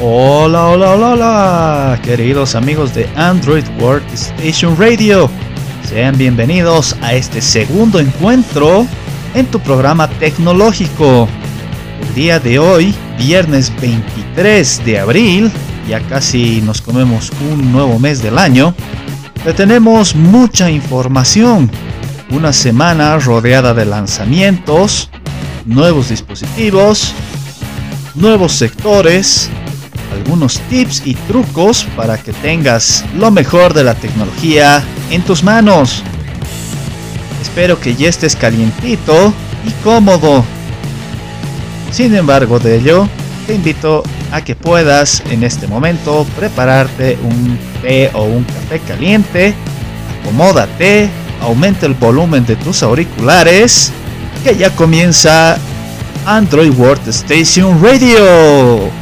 Hola, hola, hola, hola, queridos amigos de Android Workstation Radio. Sean bienvenidos a este segundo encuentro en tu programa tecnológico. El día de hoy, viernes 23 de abril, ya casi nos comemos un nuevo mes del año, le tenemos mucha información. Una semana rodeada de lanzamientos, nuevos dispositivos, nuevos sectores, algunos tips y trucos para que tengas lo mejor de la tecnología en tus manos. Espero que ya estés calientito y cómodo. Sin embargo de ello, te invito a que puedas en este momento prepararte un té o un café caliente. Acomódate, aumenta el volumen de tus auriculares, que ya comienza Android Workstation Radio.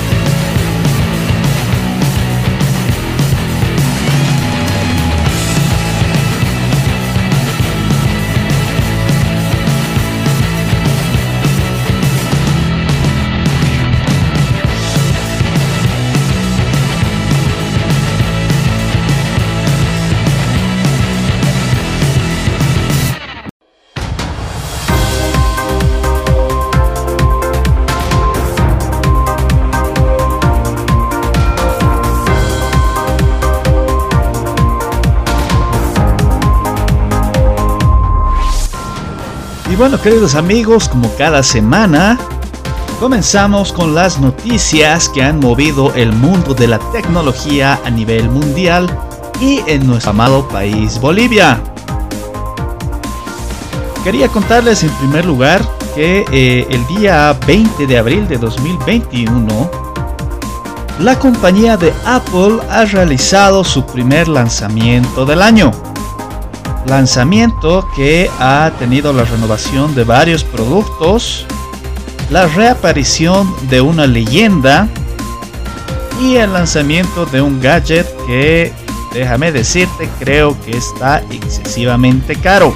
Y bueno, queridos amigos, como cada semana, comenzamos con las noticias que han movido el mundo de la tecnología a nivel mundial y en nuestro amado país Bolivia. Quería contarles en primer lugar que el día 20 de abril de 2021, la compañía de Apple ha realizado su primer lanzamiento del año. Lanzamiento que ha tenido la renovación de varios productos, la reaparición de una leyenda y el lanzamiento de un gadget que, déjame decirte, creo que está excesivamente caro.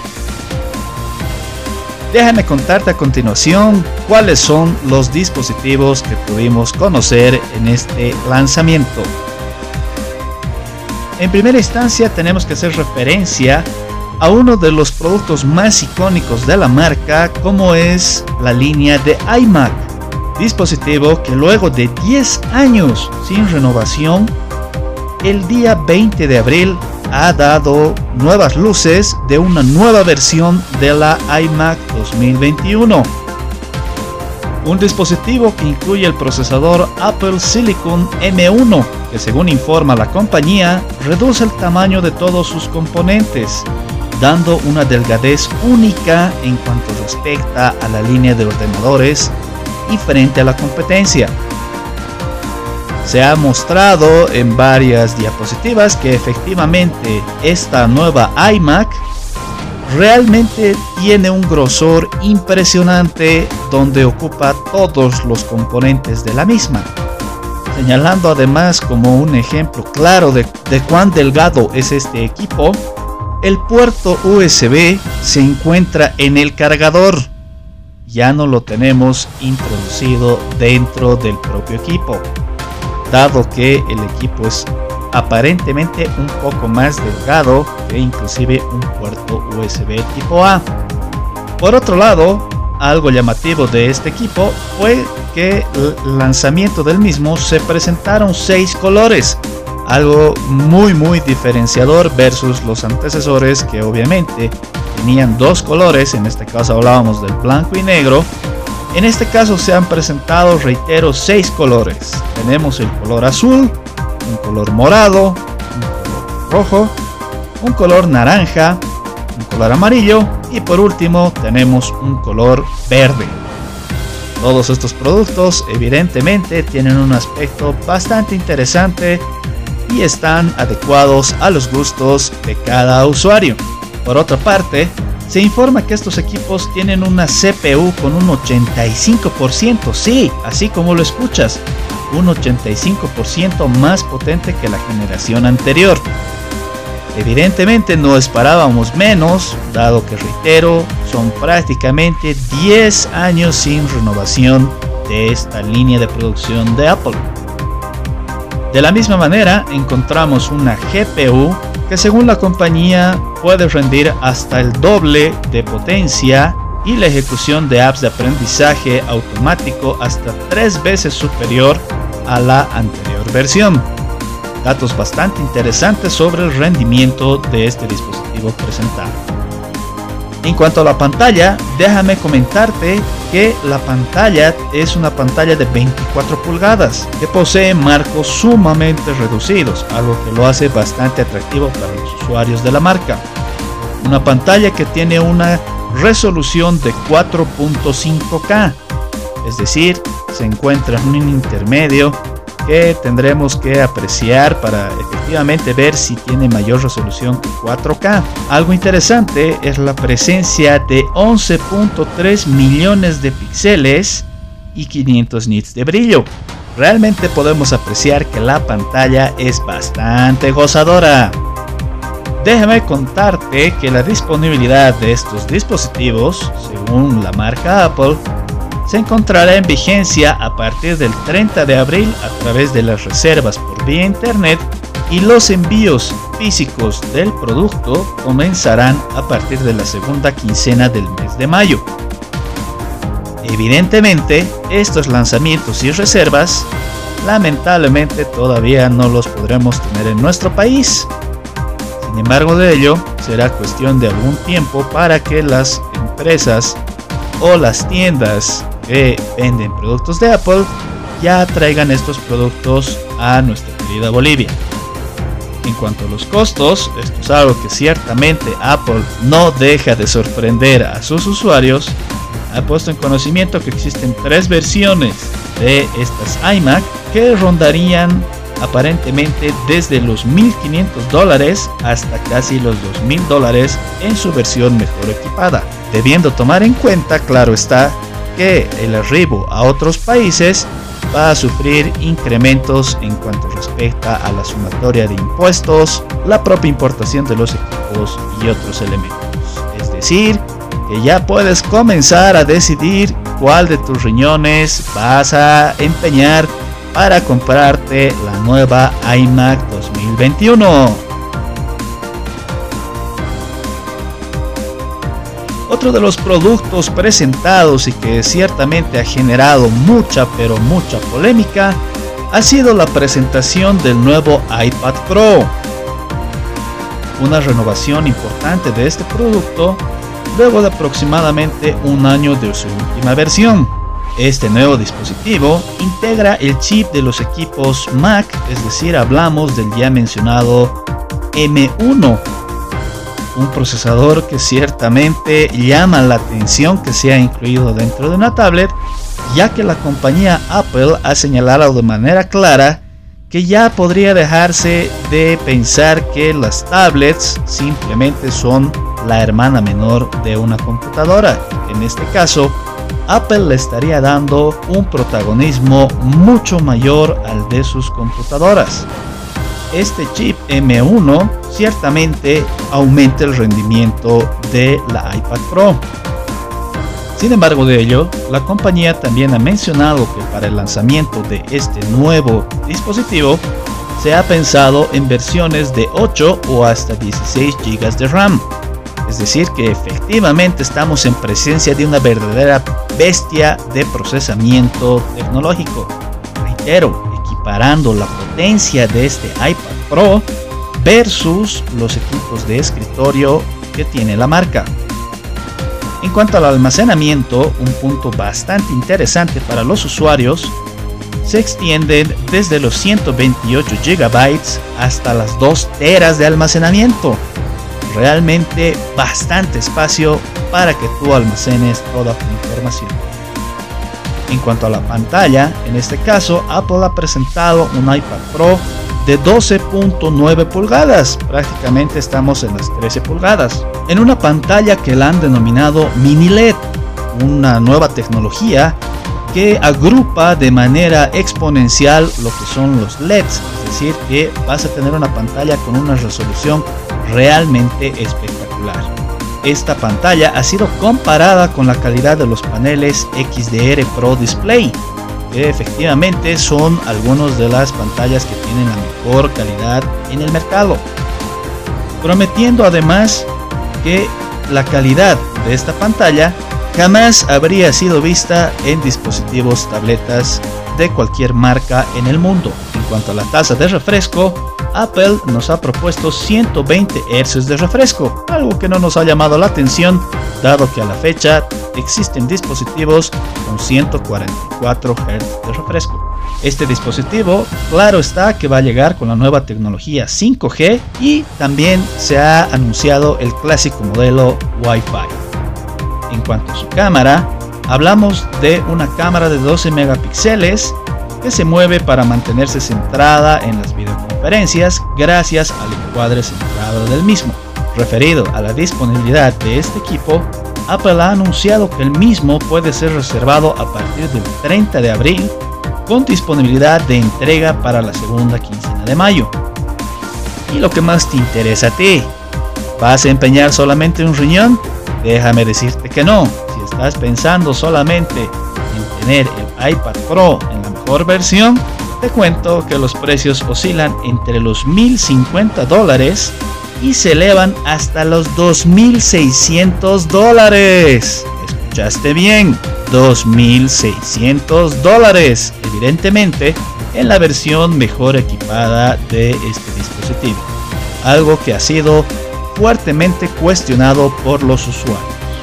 Déjame contarte a continuación cuáles son los dispositivos que pudimos conocer en este lanzamiento. En primera instancia tenemos que hacer referencia a uno de los productos más icónicos de la marca, como es la línea de iMac, dispositivo que luego de 10 años sin renovación, el día 20 de abril ha dado nuevas luces de una nueva versión de la iMac 2021. Un dispositivo que incluye el procesador Apple Silicon M1, que según informa la compañía, reduce el tamaño de todos sus componentes, dando una delgadez única en cuanto respecta a la línea de ordenadores y frente a la competencia. Se ha mostrado en varias diapositivas que efectivamente esta nueva iMac realmente tiene un grosor impresionante, donde ocupa todos los componentes de la misma, señalando además como un ejemplo claro de cuán delgado es este equipo. El puerto USB se encuentra en el cargador, ya no lo tenemos introducido dentro del propio equipo, dado que el equipo es aparentemente un poco más delgado que inclusive un puerto USB tipo A. Por otro lado, algo llamativo de este equipo fue que el lanzamiento del mismo se presentaron 6 colores, algo muy diferenciador versus los antecesores, que obviamente tenían 2 colores. En este caso hablábamos del blanco y negro. En este caso se han presentado, reitero, 6 colores. Tenemos el color azul, un color morado, un color rojo, un color naranja, un color amarillo y por último tenemos un color verde. Todos estos productos evidentemente tienen un aspecto bastante interesante y están adecuados a los gustos de cada usuario. Por otra parte, se informa que estos equipos tienen una CPU con un 85%, sí, así como lo escuchas, un 85% más potente que la generación anterior. Evidentemente no esperábamos menos, dado que, reitero, son prácticamente 10 años sin renovación de esta línea de producción de Apple. De la misma manera, encontramos una GPU que según la compañía puede rendir hasta el doble de potencia y la ejecución de apps de aprendizaje automático hasta 3 veces superior a la anterior versión. Datos bastante interesantes sobre el rendimiento de este dispositivo presentado. En cuanto a la pantalla, déjame comentarte que la pantalla es una pantalla de 24 pulgadas que posee marcos sumamente reducidos, algo que lo hace bastante atractivo para los usuarios de la marca. Una pantalla que tiene una resolución de 4.5K, es decir, se encuentra en un intermedio que tendremos que apreciar para efectivamente ver si tiene mayor resolución que 4K. Algo interesante es la presencia de 11.3 millones de píxeles y 500 nits de brillo. Realmente podemos apreciar que la pantalla es bastante gozadora. Déjame contarte que la disponibilidad de estos dispositivos, según la marca Apple, se encontrará en vigencia a partir del 30 de abril a través de las reservas por vía internet y los envíos físicos del producto comenzarán a partir de la segunda quincena del mes de mayo. Evidentemente, estos lanzamientos y reservas lamentablemente todavía no los podremos tener en nuestro país. Sin embargo, de ello será cuestión de algún tiempo para que las empresas o las tiendas que venden productos de Apple ya traigan estos productos a nuestra querida Bolivia. En cuanto a los costos, esto es algo que ciertamente Apple no deja de sorprender a sus usuarios. Ha puesto en conocimiento que existen 3 versiones de estas iMac que rondarían aparentemente desde los $1.500 hasta casi los $2.000 en su versión mejor equipada, debiendo tomar en cuenta, claro está, que el arribo a otros países va a sufrir incrementos en cuanto respecta a la sumatoria de impuestos, la propia importación de los equipos y otros elementos. Es decir, que ya puedes comenzar a decidir cuál de tus riñones vas a empeñar para comprarte la nueva iMac 2021. Otro de los productos presentados y que ciertamente ha generado mucha polémica ha sido la presentación del nuevo iPad Pro. Una renovación importante de este producto luego de aproximadamente un año de su última versión. Este nuevo dispositivo integra el chip de los equipos Mac, es decir, hablamos del ya mencionado M1. Un procesador que ciertamente llama la atención que sea incluido dentro de una tablet, ya que la compañía Apple ha señalado de manera clara que ya podría dejarse de pensar que las tablets simplemente son la hermana menor de una computadora. En este caso, Apple le estaría dando un protagonismo mucho mayor al de sus computadoras. Este chip M1 ciertamente aumenta el rendimiento de la iPad Pro. Sin embargo de ello, la compañía también ha mencionado que para el lanzamiento de este nuevo dispositivo se ha pensado en versiones de 8 o hasta 16 GB de RAM. Es decir, que efectivamente estamos en presencia de una verdadera bestia de procesamiento tecnológico. Reitero, equiparando la potencia de este iPad Pro versus los equipos de escritorio que tiene la marca. En cuanto al almacenamiento, un punto bastante interesante para los usuarios, se extienden desde los 128 GB hasta las 2 teras de almacenamiento. Realmente bastante espacio para que tú almacenes toda tu información. En cuanto a la pantalla, en este caso Apple ha presentado un iPad Pro de 12.9 pulgadas, prácticamente estamos en las 13 pulgadas, en una pantalla que la han denominado Mini LED, una nueva tecnología que agrupa de manera exponencial lo que son los LEDs, es decir, que vas a tener una pantalla con una resolución realmente espectacular. Esta pantalla ha sido comparada con la calidad de los paneles XDR Pro Display, que efectivamente son algunas de las pantallas que tienen la mejor calidad en el mercado, prometiendo además que la calidad de esta pantalla jamás habría sido vista en dispositivos tabletas de cualquier marca en el mundo. En cuanto a la tasa de refresco, Apple nos ha propuesto 120 Hz de refresco, algo que no nos ha llamado la atención, dado que a la fecha existen dispositivos con 144 Hz de refresco. Este dispositivo, claro está que va a llegar con la nueva tecnología 5G y también se ha anunciado el clásico modelo Wi-Fi. En cuanto a su cámara, hablamos de una cámara de 12 megapíxeles que se mueve para mantenerse centrada en las videoconferencias gracias al encuadre centrado del mismo. Referido a la disponibilidad de este equipo, Apple ha anunciado que el mismo puede ser reservado a partir del 30 de abril con disponibilidad de entrega para la segunda quincena de mayo. Y lo que más te interesa a ti, ¿vas a empeñar solamente un riñón? Déjame decirte que no. Si estás pensando solamente en tener el iPad Pro en la mejor versión, te cuento que los precios oscilan entre los $1,050 y se elevan hasta los $2,600. ¿Escuchaste bien? $2,600, evidentemente en la versión mejor equipada de este dispositivo, algo que ha sido fuertemente cuestionado por los usuarios.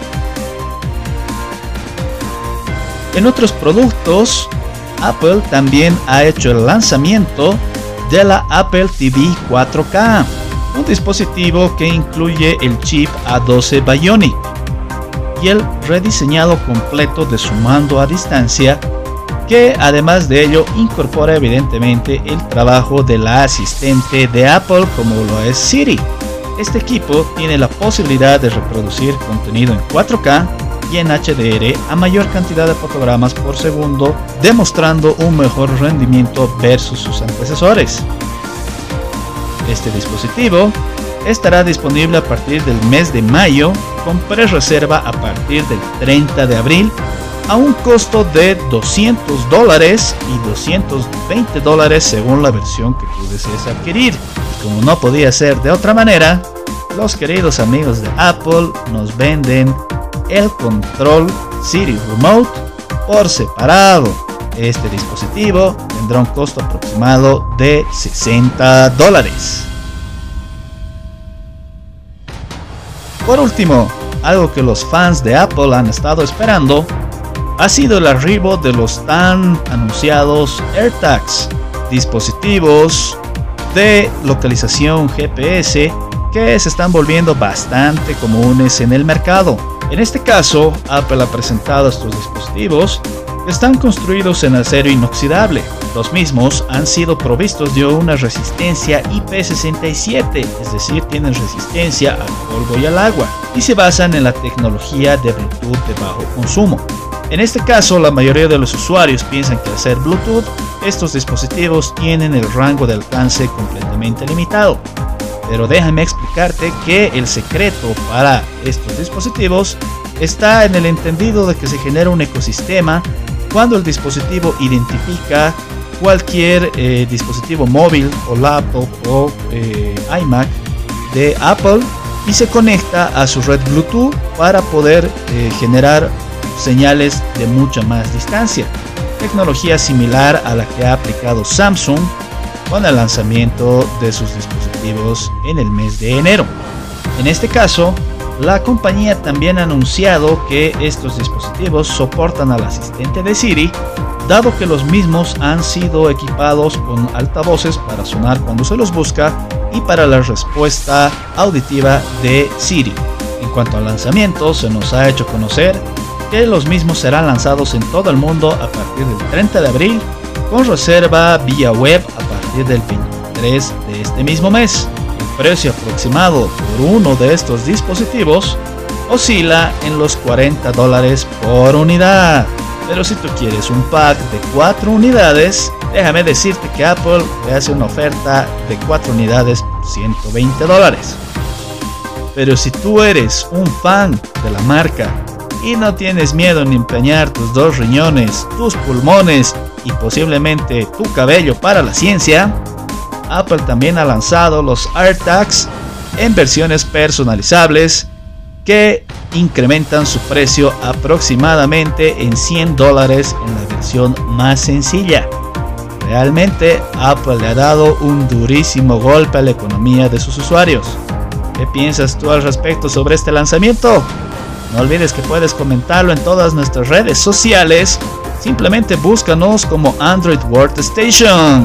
En otros productos, Apple también ha hecho el lanzamiento de la Apple TV 4K, un dispositivo que incluye el chip A12 Bionic y el rediseñado completo de su mando a distancia, que además de ello incorpora evidentemente el trabajo de la asistente de Apple como lo es Siri. Este equipo tiene la posibilidad de reproducir contenido en 4K y en HDR a mayor cantidad de fotogramas por segundo, demostrando un mejor rendimiento versus sus antecesores. Este dispositivo estará disponible a partir del mes de mayo, con pre-reserva a partir del 30 de abril, a un costo de $200 y $220 según la versión que tú desees adquirir. Como no podía ser de otra manera, los queridos amigos de Apple nos venden el control Siri Remote por separado. Este dispositivo tendrá un costo aproximado de $60. Por último, algo que los fans de Apple han estado esperando ha sido el arribo de los tan anunciados AirTags, dispositivos de localización GPS que se están volviendo bastante comunes en el mercado. En este caso, Apple ha presentado estos dispositivos que están construidos en acero inoxidable. Los mismos han sido provistos de una resistencia IP67, es decir, tienen resistencia al polvo y al agua, y se basan en la tecnología de Bluetooth de bajo consumo. En este caso, la mayoría de los usuarios piensan que al ser Bluetooth, estos dispositivos tienen el rango de alcance completamente limitado. Pero déjame explicarte que el secreto para estos dispositivos está en el entendido de que se genera un ecosistema cuando el dispositivo identifica cualquier dispositivo móvil o laptop o iMac de Apple y se conecta a su red Bluetooth para poder generar señales de mucha más distancia. Tecnología similar a la que ha aplicado Samsung con el lanzamiento de sus dispositivos en el mes de enero. En este caso, la compañía también ha anunciado que estos dispositivos soportan al asistente de Siri, dado que los mismos han sido equipados con altavoces para sonar cuando se los busca y para la respuesta auditiva de Siri. En cuanto al lanzamiento, se nos ha hecho conocer que los mismos serán lanzados en todo el mundo a partir del 30 de abril, con reserva vía web a partir del 23 de este mismo mes. El precio aproximado por uno de estos dispositivos oscila en los $40 por unidad. Pero si tú quieres un pack de 4 unidades, déjame decirte que Apple te hace una oferta de 4 unidades por $120. Pero si tú eres un fan de la marca y no tienes miedo en empeñar tus 2 riñones, tus pulmones y posiblemente tu cabello para la ciencia, Apple también ha lanzado los AirTags en versiones personalizables que incrementan su precio aproximadamente en $100 en la versión más sencilla. Realmente Apple le ha dado un durísimo golpe a la economía de sus usuarios. ¿Qué piensas tú al respecto sobre este lanzamiento? No olvides que puedes comentarlo en todas nuestras redes sociales. Simplemente búscanos como Android Workstation.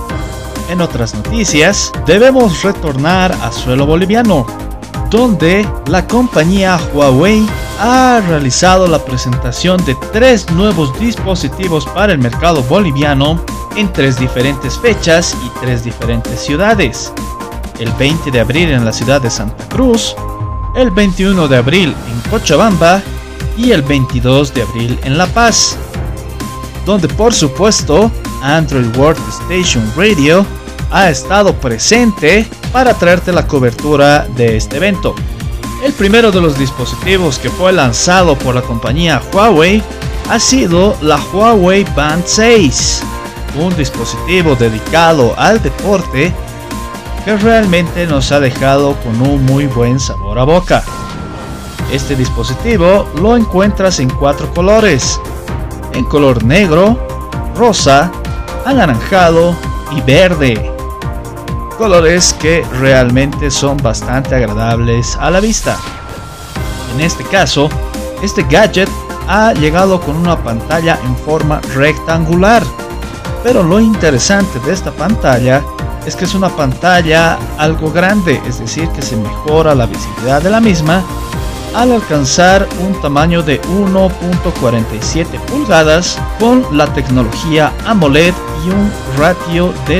En otras noticias, debemos retornar a suelo boliviano, donde la compañía Huawei ha realizado la presentación de 3 nuevos dispositivos para el mercado boliviano en 3 diferentes fechas y 3 diferentes ciudades. El 20 de abril en la ciudad de Santa Cruz, el 21 de abril en Cochabamba y el 22 de abril en La Paz, donde por supuesto Android Workstation Radio ha estado presente para traerte la cobertura de este evento. El primero de los dispositivos que fue lanzado por la compañía Huawei ha sido la Huawei Band 6, un dispositivo dedicado al deporte que realmente nos ha dejado con un muy buen sabor a boca. Este dispositivo lo encuentras en 4 colores, en color negro, rosa, anaranjado y verde. Colores que realmente son bastante agradables a la vista. En este caso, este gadget ha llegado con una pantalla en forma rectangular, pero lo interesante de esta pantalla es que es una pantalla algo grande, es decir que se mejora la visibilidad de la misma al alcanzar un tamaño de 1.47 pulgadas con la tecnología AMOLED y un ratio de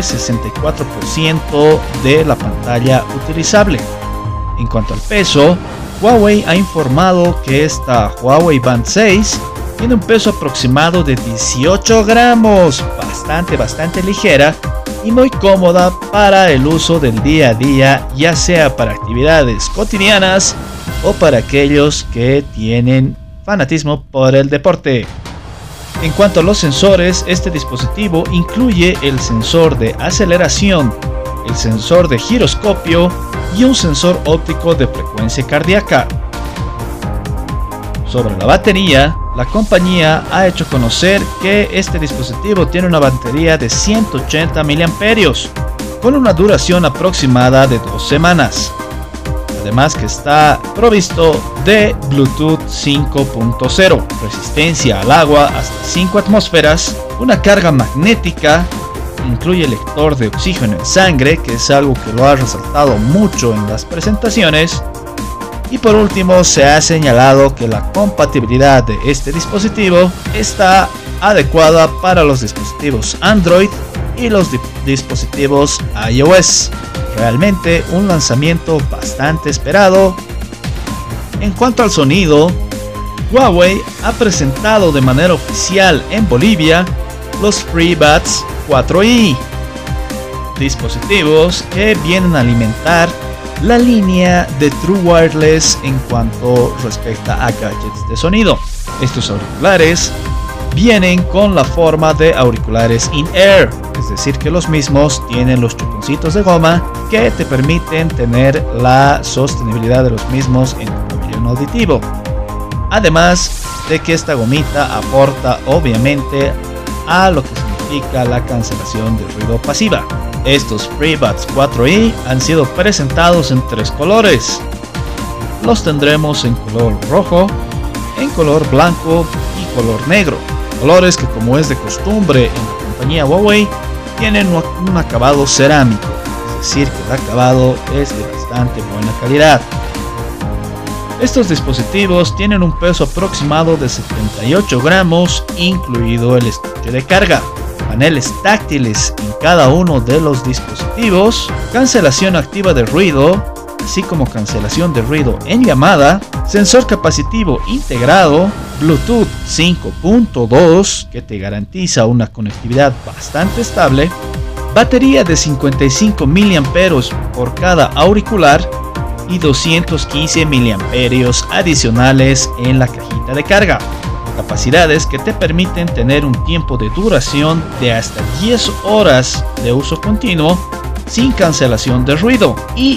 64% de la pantalla utilizable. En cuanto al peso, Huawei ha informado que esta Huawei Band 6 tiene un peso aproximado de 18 gramos, bastante ligera y muy cómoda para el uso del día a día, ya sea para actividades cotidianas o para aquellos que tienen fanatismo por el deporte. En cuanto a los sensores, este dispositivo incluye el sensor de aceleración, el sensor de giroscopio y un sensor óptico de frecuencia cardíaca. Sobre la batería, la compañía ha hecho conocer que este dispositivo tiene una batería de 180 mAh con una duración aproximada de 2 semanas. Además que está provisto de Bluetooth 5.0, resistencia al agua hasta 5 atmósferas, una carga magnética, incluye lector de oxígeno en sangre, que es algo que lo ha resaltado mucho en las presentaciones. Y por último, se ha señalado que la compatibilidad de este dispositivo está adecuada para los dispositivos Android y los dispositivos iOS. Realmente un lanzamiento bastante esperado. En cuanto al sonido, Huawei ha presentado de manera oficial en Bolivia los FreeBuds 4i, dispositivos que vienen a alimentar la línea de True Wireless en cuanto respecta a gadgets de sonido. Estos auriculares vienen con la forma de auriculares in-ear, es decir que los mismos tienen los chuponcitos de goma que te permiten tener la sostenibilidad de los mismos en tu pabellón auditivo. Además de que esta gomita aporta obviamente a lo que significa la cancelación de ruido pasiva. Estos FreeBuds 4i han sido presentados en 3 colores. Los tendremos en color rojo, en color blanco y color negro. Colores que, como es de costumbre en la compañía Huawei, tienen un acabado cerámico, es decir que el acabado es de bastante buena calidad. Estos dispositivos tienen un peso aproximado de 78 gramos, incluido el estuche de carga, paneles táctiles en cada uno de los dispositivos, cancelación activa de ruido, así como cancelación de ruido en llamada, sensor capacitivo integrado, Bluetooth 5.2 que te garantiza una conectividad bastante estable, batería de 55 mAh por cada auricular y 215 mAh adicionales en la cajita de carga. Capacidades que te permiten tener un tiempo de duración de hasta 10 horas de uso continuo sin cancelación de ruido y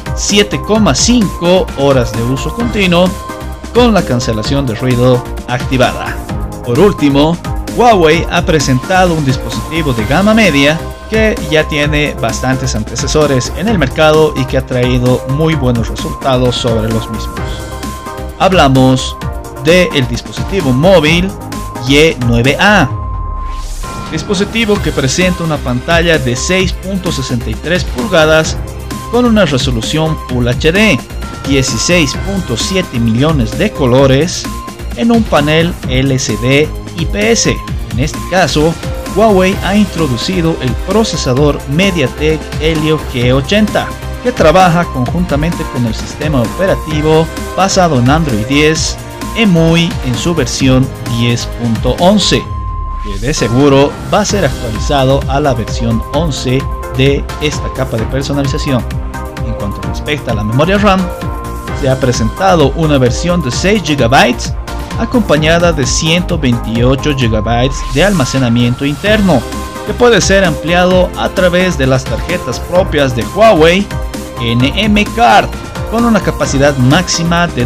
7,5 horas de uso continuo con la cancelación de ruido activada. Por último, Huawei ha presentado un dispositivo de gama media que ya tiene bastantes antecesores en el mercado y que ha traído muy buenos resultados sobre los mismos. Hablamos del dispositivo móvil Y9A, dispositivo que presenta una pantalla de 6.63 pulgadas con una resolución Full HD, 16.7 millones de colores en un panel LCD IPS. En este caso, Huawei ha introducido el procesador MediaTek Helio G80, que trabaja conjuntamente con el sistema operativo basado en Android 10 EMUI en su versión 10.11, que de seguro va a ser actualizado a la versión 11 de esta capa de personalización. En cuanto respecta a la memoria RAM, se ha presentado una versión de 6 GB acompañada de 128 GB de almacenamiento interno, que puede ser ampliado a través de las tarjetas propias de Huawei NM Card con una capacidad máxima de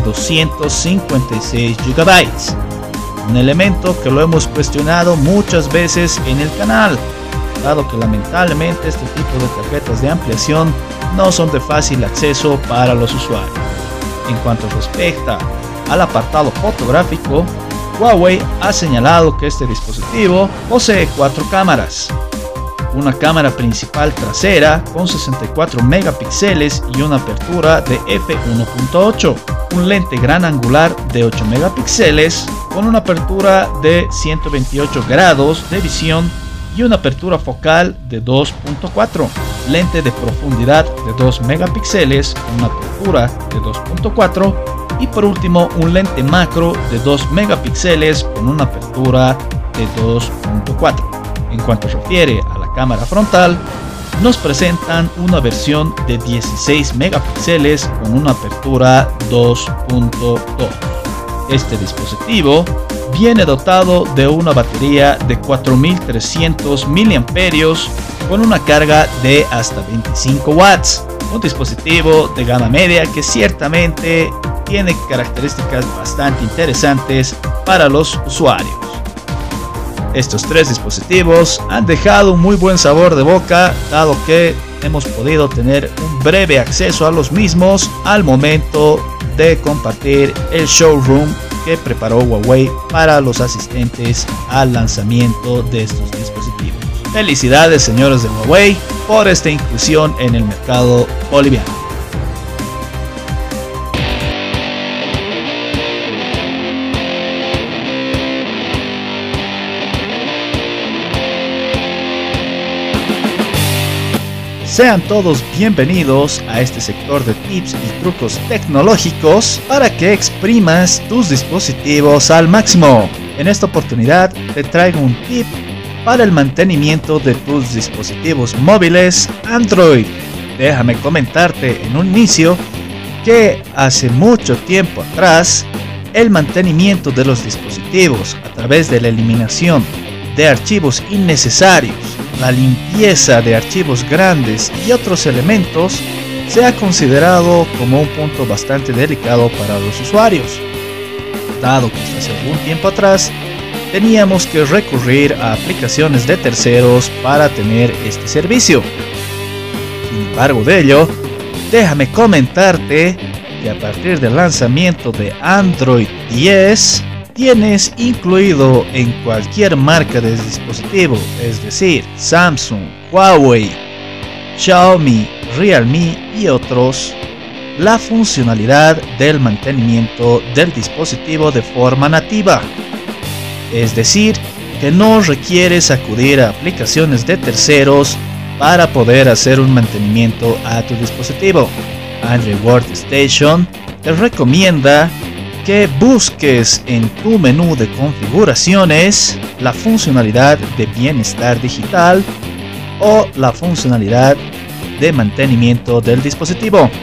256 GB. Un elemento que lo hemos cuestionado muchas veces en el canal, dado que lamentablemente este tipo de tarjetas de ampliación no son de fácil acceso para los usuarios. En cuanto respecta al apartado fotográfico, Huawei ha señalado que este dispositivo posee 4 cámaras. Una cámara principal trasera con 64 megapíxeles y una apertura de f1.8, un lente gran angular de 8 megapíxeles con una apertura de 128 grados de visión y una apertura focal de 2.4, lente de profundidad de 2 megapíxeles con una apertura de 2.4 y por último un lente macro de 2 megapíxeles con una apertura de 2.4. En cuanto se refiere a la cámara frontal, nos presentan una versión de 16 megapíxeles con una apertura 2.2. Este dispositivo viene dotado de una batería de 4300 mAh con una carga de hasta 25 watts. Un dispositivo de gama media que ciertamente tiene características bastante interesantes para los usuarios. Estos 3 dispositivos han dejado un muy buen sabor de boca, dado que hemos podido tener un breve acceso a los mismos al momento de compartir el showroom que preparó Huawei para los asistentes al lanzamiento de estos dispositivos. Felicidades, señores de Huawei, por esta inclusión en el mercado boliviano. Sean todos bienvenidos a este sector de tips y trucos tecnológicos para que exprimas tus dispositivos al máximo. En esta oportunidad te traigo un tip para el mantenimiento de tus dispositivos móviles Android. Déjame comentarte en un inicio que hace mucho tiempo atrás el mantenimiento de los dispositivos a través de la eliminación de archivos innecesarios, la limpieza de archivos grandes y otros elementos se ha considerado como un punto bastante delicado para los usuarios, dado que hasta hace algún tiempo atrás teníamos que recurrir a aplicaciones de terceros para tener este servicio. Sin embargo de ello, déjame comentarte que a partir del lanzamiento de Android 10 tienes incluido en cualquier marca de dispositivo, es decir, Samsung, Huawei, Xiaomi, Realme y otros, la funcionalidad del mantenimiento del dispositivo de forma nativa. Es decir, que no requieres acudir a aplicaciones de terceros para poder hacer un mantenimiento a tu dispositivo. Android Workstation te recomienda que busques en tu menú de configuraciones la funcionalidad de bienestar digital o la funcionalidad de mantenimiento del dispositivo.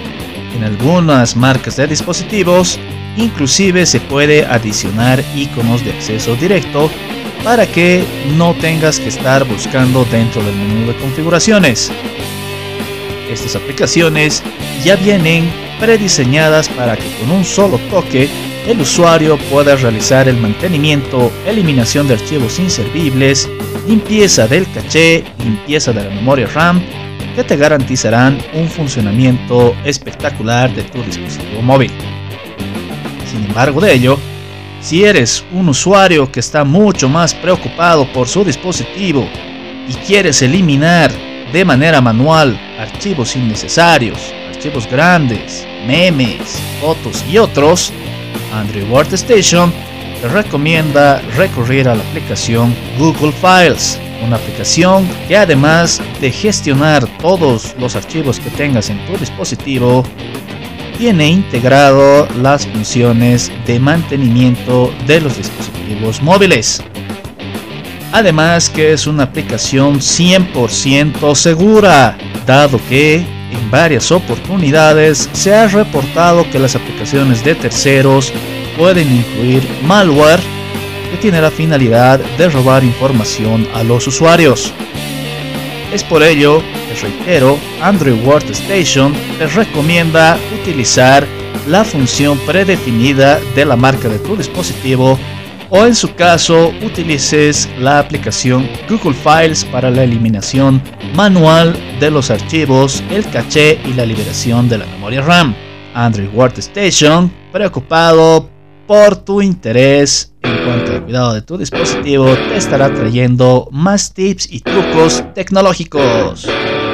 En algunas marcas de dispositivos, inclusive se puede adicionar iconos de acceso directo para que no tengas que estar buscando dentro del menú de configuraciones. Estas aplicaciones ya vienen prediseñadas para que con un solo toque el usuario pueda realizar el mantenimiento, eliminación de archivos inservibles, limpieza del caché, limpieza de la memoria RAM, que te garantizarán un funcionamiento espectacular de tu dispositivo móvil. Sin embargo de ello, si eres un usuario que está mucho más preocupado por su dispositivo y quieres eliminar de manera manual archivos innecesarios, archivos grandes, memes, fotos y otros, Android Workstation te recomienda recurrir a la aplicación Google Files, una aplicación que además de gestionar todos los archivos que tengas en tu dispositivo, tiene integrado las funciones de mantenimiento de los dispositivos móviles. Además que es una aplicación 100% segura, dado que en varias oportunidades se ha reportado que las aplicaciones de terceros pueden incluir malware que tiene la finalidad de robar información a los usuarios. Es por ello que, reitero, Android Workstation te recomienda utilizar la función predefinida de la marca de tu dispositivo, o en su caso utilices la aplicación Google Files para la eliminación manual de los archivos, el caché y la liberación de la memoria RAM. Android Workstation, preocupado por tu interés en cuanto al cuidado de tu dispositivo, te estará trayendo más tips y trucos tecnológicos.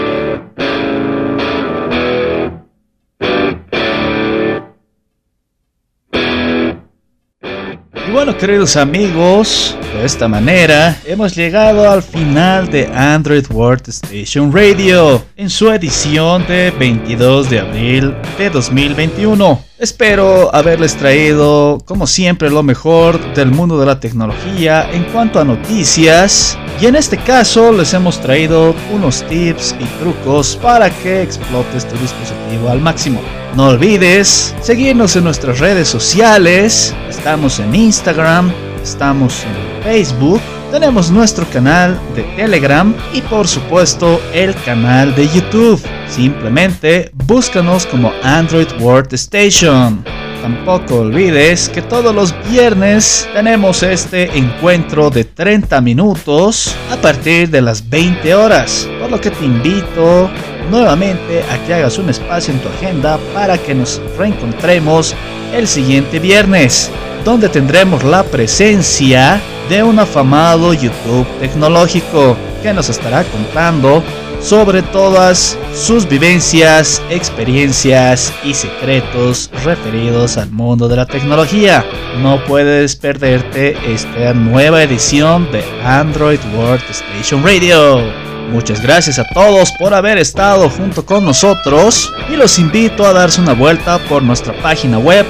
Y bueno, queridos amigos, de esta manera hemos llegado al final de Android Workstation Radio en su edición de 22 de abril de 2021. Espero haberles traído, como siempre, lo mejor del mundo de la tecnología en cuanto a noticias, y en este caso les hemos traído unos tips y trucos para que explotes tu dispositivo al máximo. No olvides seguirnos en nuestras redes sociales. Estamos en Instagram, estamos en Facebook, tenemos nuestro canal de Telegram y por supuesto el canal de YouTube. Simplemente búscanos como Android Workstation. Tampoco olvides que todos los viernes tenemos este encuentro de 30 minutos a partir de las 20 horas, por lo que te invito nuevamente a que hagas un espacio en tu agenda para que nos reencontremos el siguiente viernes, donde tendremos la presencia de un afamado YouTube tecnológico que nos estará contando sobre todas sus vivencias, experiencias y secretos referidos al mundo de la tecnología. No puedes perderte esta nueva edición de Android Workstation Radio. Muchas gracias a todos por haber estado junto con nosotros y los invito a darse una vuelta por nuestra página web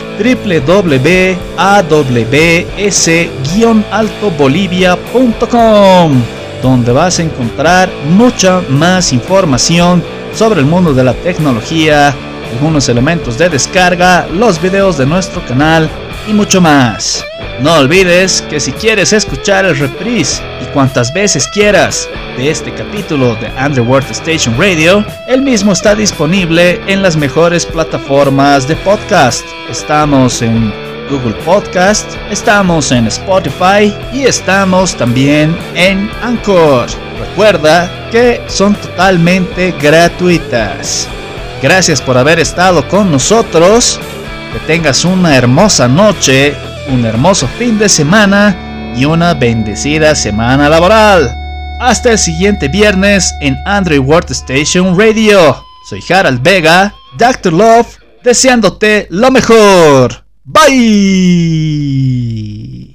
www.aws-altobolivia.com, donde vas a encontrar mucha más información sobre el mundo de la tecnología, algunos elementos de descarga, los videos de nuestro canal y mucho más. No olvides que si quieres escuchar el reprise y cuantas veces quieras de este capítulo de Android Workstation Radio, el mismo está disponible en las mejores plataformas de podcast. Estamos en Google Podcast, estamos en Spotify y estamos también en Anchor. Recuerda que son totalmente gratuitas. Gracias por haber estado con nosotros. Que tengas una hermosa noche, un hermoso fin de semana y una bendecida semana laboral. Hasta el siguiente viernes en Android Workstation Radio. Soy Harald Vega, Dr. Love, deseándote lo mejor. Bye.